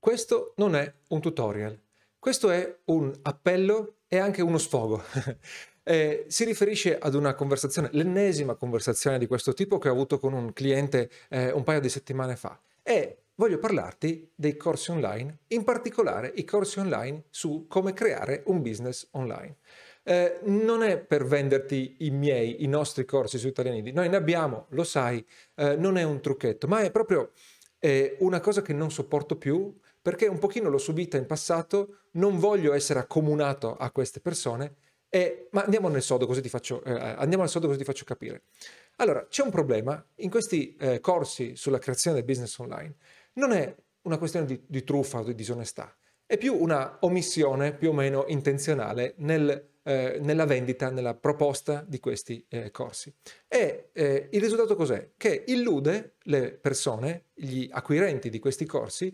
questo non è un tutorial, questo è un appello e anche uno sfogo. Si riferisce ad una conversazione, l'ennesima conversazione di questo tipo che ho avuto con un cliente un paio di settimane fa, e voglio parlarti dei corsi online, in particolare i corsi online su come creare un business online. Non è per venderti i nostri corsi su Italianidi, noi ne abbiamo, lo sai, non è un trucchetto, ma è proprio una cosa che non sopporto più, perché un pochino l'ho subita in passato, non voglio essere accomunato a queste persone, ma andiamo nel sodo così andiamo al sodo così ti faccio capire. Allora, c'è un problema in questi corsi sulla creazione del business online. Non è una questione di truffa o di disonestà, è più una omissione più o meno intenzionale nella vendita, nella proposta di questi corsi. E il risultato cos'è? Che illude le persone, gli acquirenti di questi corsi,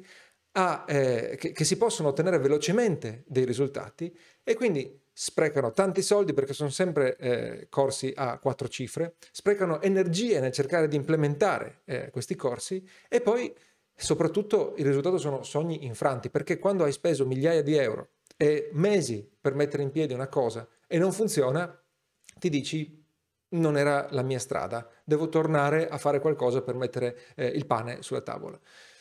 che si possono ottenere velocemente dei risultati, e quindi sprecano tanti soldi perché sono sempre corsi a 4 cifre, sprecano energie nel cercare di implementare questi corsi, e poi soprattutto il risultato sono sogni infranti, perché quando hai speso migliaia di euro e mesi per mettere in piedi una cosa e non funziona, ti dici: non era la mia strada, devo tornare a fare qualcosa per mettere il pane sulla tavola.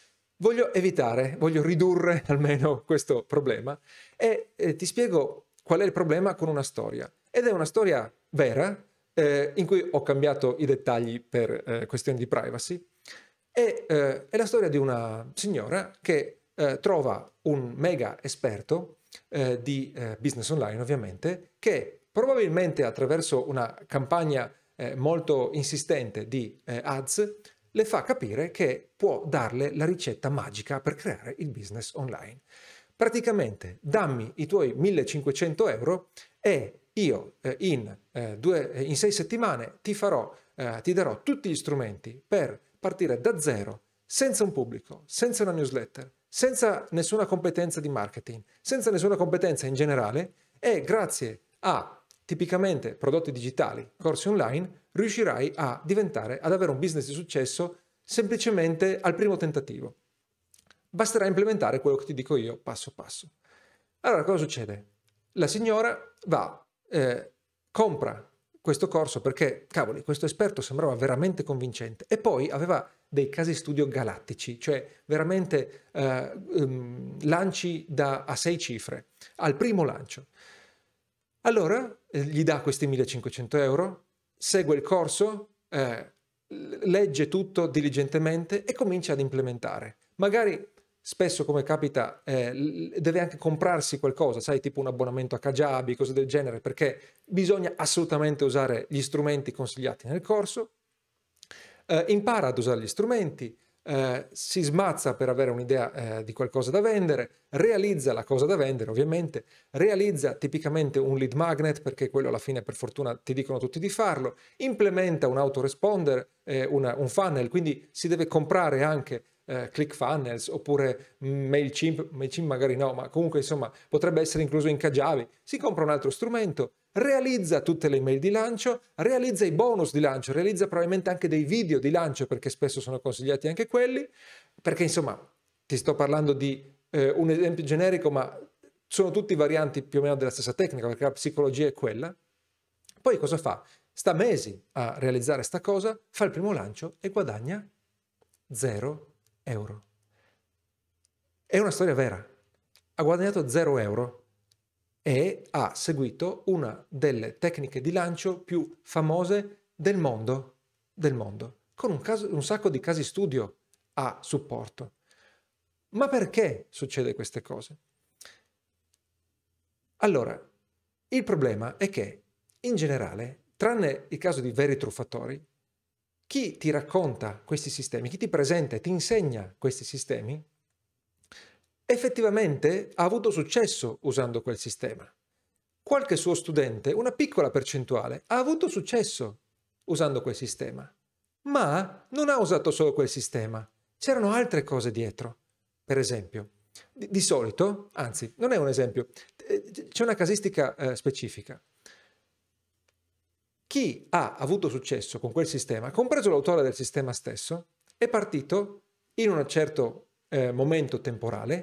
Voglio ridurre almeno questo problema, e ti spiego qual è il problema con una storia. Ed è una storia vera, in cui ho cambiato i dettagli per questioni di privacy, è la storia di una signora che trova un mega esperto di business online, ovviamente, che probabilmente attraverso una campagna molto insistente di ads le fa capire che può darle la ricetta magica per creare il business online. Praticamente, dammi i tuoi 1500 euro e io in 6 settimane ti darò tutti gli strumenti per partire da zero, senza un pubblico, senza una newsletter, senza nessuna competenza di marketing, senza nessuna competenza in generale, e grazie a tipicamente prodotti digitali, corsi online, riuscirai ad avere un business di successo semplicemente al primo tentativo. Basterà implementare quello che ti dico io passo passo. Allora, cosa succede? La signora compra questo corso perché, cavoli, questo esperto sembrava veramente convincente, e poi aveva dei casi studio galattici, cioè veramente lanci a 6 cifre, al primo lancio. Allora gli dà questi 1500 euro, segue il corso, legge tutto diligentemente e comincia ad implementare. Magari spesso, come capita, deve anche comprarsi qualcosa, sai, tipo un abbonamento a Kajabi, cose del genere, perché bisogna assolutamente usare gli strumenti consigliati nel corso. Impara ad usare gli strumenti, si smazza per avere un'idea di qualcosa da vendere, realizza la cosa da vendere, ovviamente, realizza tipicamente un lead magnet, perché quello alla fine per fortuna ti dicono tutti di farlo, implementa un autoresponder, un funnel, quindi si deve comprare anche ClickFunnels oppure MailChimp magari no, ma comunque insomma potrebbe essere incluso in Kajabi. Si compra un altro strumento, realizza tutte le email di lancio, realizza i bonus di lancio, realizza probabilmente anche dei video di lancio, perché spesso sono consigliati anche quelli, perché insomma ti sto parlando di un esempio generico, ma sono tutti varianti più o meno della stessa tecnica, perché la psicologia è quella. Poi cosa fa? Sta mesi a realizzare sta cosa, fa il primo lancio e guadagna 0 euro. È una storia vera. Ha guadagnato 0 euro e ha seguito una delle tecniche di lancio più famose del mondo, con un sacco di casi studio a supporto. Ma perché succede queste cose? Allora, il problema è che, in generale, tranne il caso di veri truffatori, chi ti racconta questi sistemi, chi ti presenta e ti insegna questi sistemi, effettivamente ha avuto successo usando quel sistema. Qualche suo studente, una piccola percentuale, ha avuto successo usando quel sistema, ma non ha usato solo quel sistema, c'erano altre cose dietro. Per esempio, di solito, anzi, non è un esempio, c'è una casistica specifica. Chi ha avuto successo con quel sistema, compreso l'autore del sistema stesso, è partito in un certo momento temporale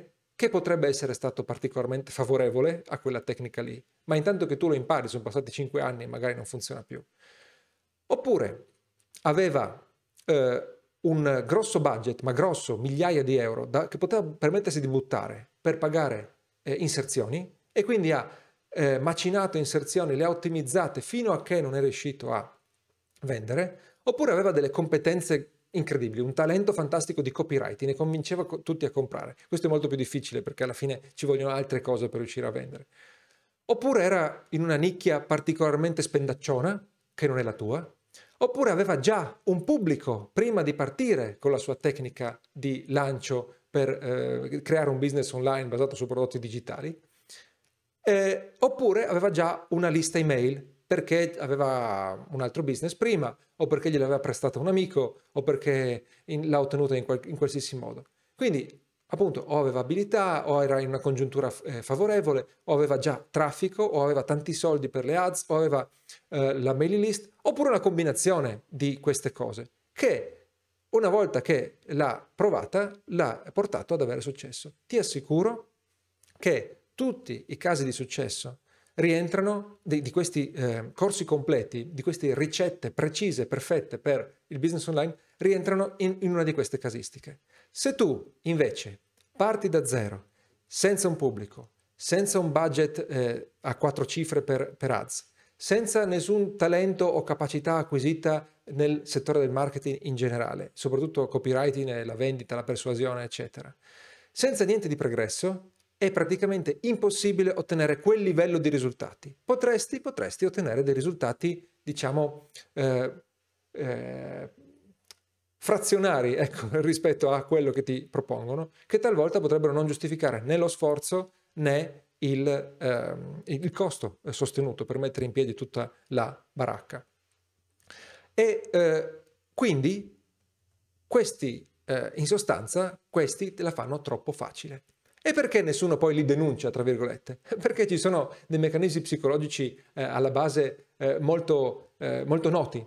che potrebbe essere stato particolarmente favorevole a quella tecnica lì, ma intanto che tu lo impari, sono passati 5 anni e magari non funziona più. Oppure aveva un grosso budget, ma grosso, migliaia di euro, che poteva permettersi di buttare per pagare inserzioni, e quindi ha macinato inserzioni, le ha ottimizzate fino a che non è riuscito a vendere. Oppure aveva delle competenze incredibili, un talento fantastico di copywriting e convinceva tutti a comprare. Questo è molto più difficile perché alla fine ci vogliono altre cose per riuscire a vendere. Oppure era in una nicchia particolarmente spendacciona, che non è la tua. Oppure aveva già un pubblico prima di partire con la sua tecnica di lancio per creare un business online basato su prodotti digitali. Oppure aveva già una lista email perché aveva un altro business prima, o perché gliel'aveva prestata un amico, o perché l'ha ottenuta in qualsiasi modo. Quindi, appunto, o aveva abilità, o era in una congiuntura favorevole, o aveva già traffico, o aveva tanti soldi per le ads, o aveva la mailing list, oppure una combinazione di queste cose, che una volta che l'ha provata, l'ha portato ad avere successo. Ti assicuro che tutti i casi di successo rientrano di questi corsi completi, di queste ricette precise, perfette per il business online, rientrano in una di queste casistiche. Se tu invece parti da zero, senza un pubblico, senza un budget a 4 cifre per ads, senza nessun talento o capacità acquisita nel settore del marketing in generale, soprattutto copywriting, la vendita, la persuasione, eccetera, senza niente di pregresso, è praticamente impossibile ottenere quel livello di risultati. Potresti ottenere dei risultati, diciamo, frazionari, ecco, rispetto a quello che ti propongono, che talvolta potrebbero non giustificare né lo sforzo né il costo sostenuto per mettere in piedi tutta la baracca. E quindi questi, in sostanza, questi te la fanno troppo facile. E perché nessuno poi li denuncia, tra virgolette? Perché ci sono dei meccanismi psicologici alla base molto noti.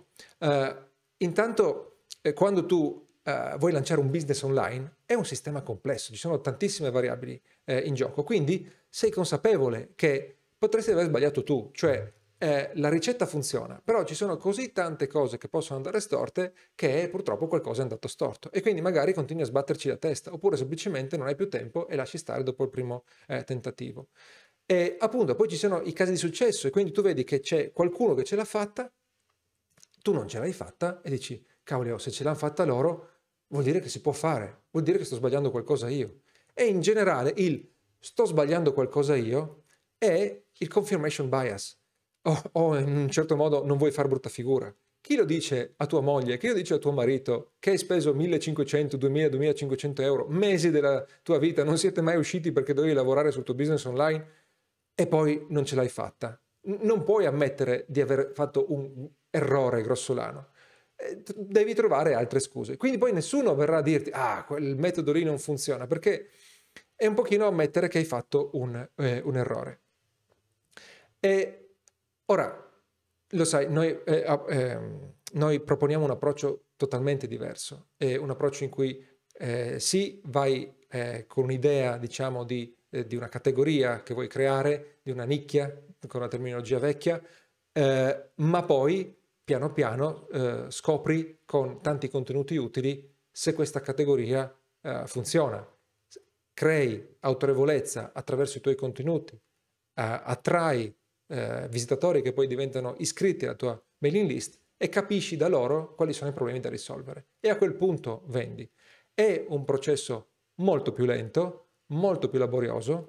Intanto, quando tu vuoi lanciare un business online, è un sistema complesso, ci sono tantissime variabili in gioco, quindi sei consapevole che potresti aver sbagliato tu, cioè la ricetta funziona, però ci sono così tante cose che possono andare storte che purtroppo qualcosa è andato storto e quindi magari continui a sbatterci la testa oppure semplicemente non hai più tempo e lasci stare dopo il primo tentativo. E appunto poi ci sono i casi di successo e quindi tu vedi che c'è qualcuno che ce l'ha fatta, tu non ce l'hai fatta e dici cavolo, se ce l'hanno fatta loro vuol dire che si può fare, vuol dire che sto sbagliando qualcosa io. E in generale il sto sbagliando qualcosa io è il confirmation bias. O in un certo modo non vuoi far brutta figura. Chi lo dice a tua moglie, chi lo dice a tuo marito che hai speso 1500, 2000, 2500 euro, mesi della tua vita, non siete mai usciti perché dovevi lavorare sul tuo business online e poi non ce l'hai fatta? Non puoi ammettere di aver fatto un errore grossolano. Devi trovare altre scuse. Quindi poi nessuno verrà a dirti quel metodo lì non funziona, perché è un pochino ammettere che hai fatto un errore. E ora, lo sai, noi proponiamo un approccio totalmente diverso, un approccio in cui sì, vai con un'idea, diciamo, di una categoria che vuoi creare, di una nicchia, con una terminologia vecchia, ma poi piano piano scopri con tanti contenuti utili se questa categoria funziona. Crei autorevolezza attraverso i tuoi contenuti, attrai visitatori che poi diventano iscritti alla tua mailing list e capisci da loro quali sono i problemi da risolvere e a quel punto vendi. È un processo molto più lento, molto più laborioso,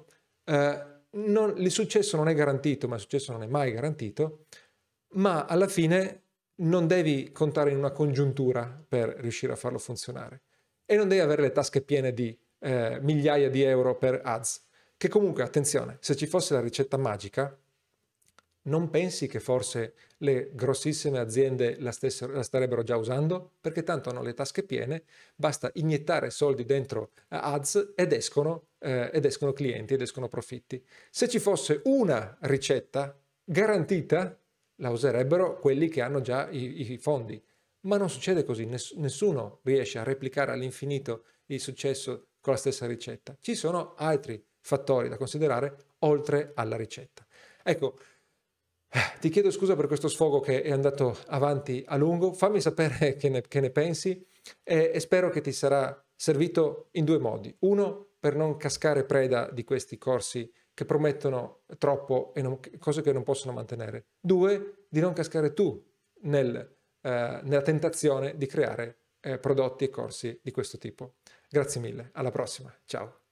il successo non è garantito, ma il successo non è mai garantito, ma alla fine non devi contare in una congiuntura per riuscire a farlo funzionare e non devi avere le tasche piene di migliaia di euro per ads, che comunque, attenzione, se ci fosse la ricetta magica, non pensi che forse le grossissime aziende la starebbero già usando? Perché tanto hanno le tasche piene, basta iniettare soldi dentro ads ed escono clienti, ed escono profitti. Se ci fosse una ricetta garantita, la userebbero quelli che hanno già i fondi. Ma non succede così, nessuno riesce a replicare all'infinito il successo con la stessa ricetta. Ci sono altri fattori da considerare oltre alla ricetta. Ecco, ti chiedo scusa per questo sfogo che è andato avanti a lungo, fammi sapere che ne pensi e spero che ti sarà servito in due modi. Uno, per non cascare preda di questi corsi che promettono troppo e cose che non possono mantenere. Due, di non cascare tu nella tentazione di creare prodotti e corsi di questo tipo. Grazie mille, alla prossima, ciao.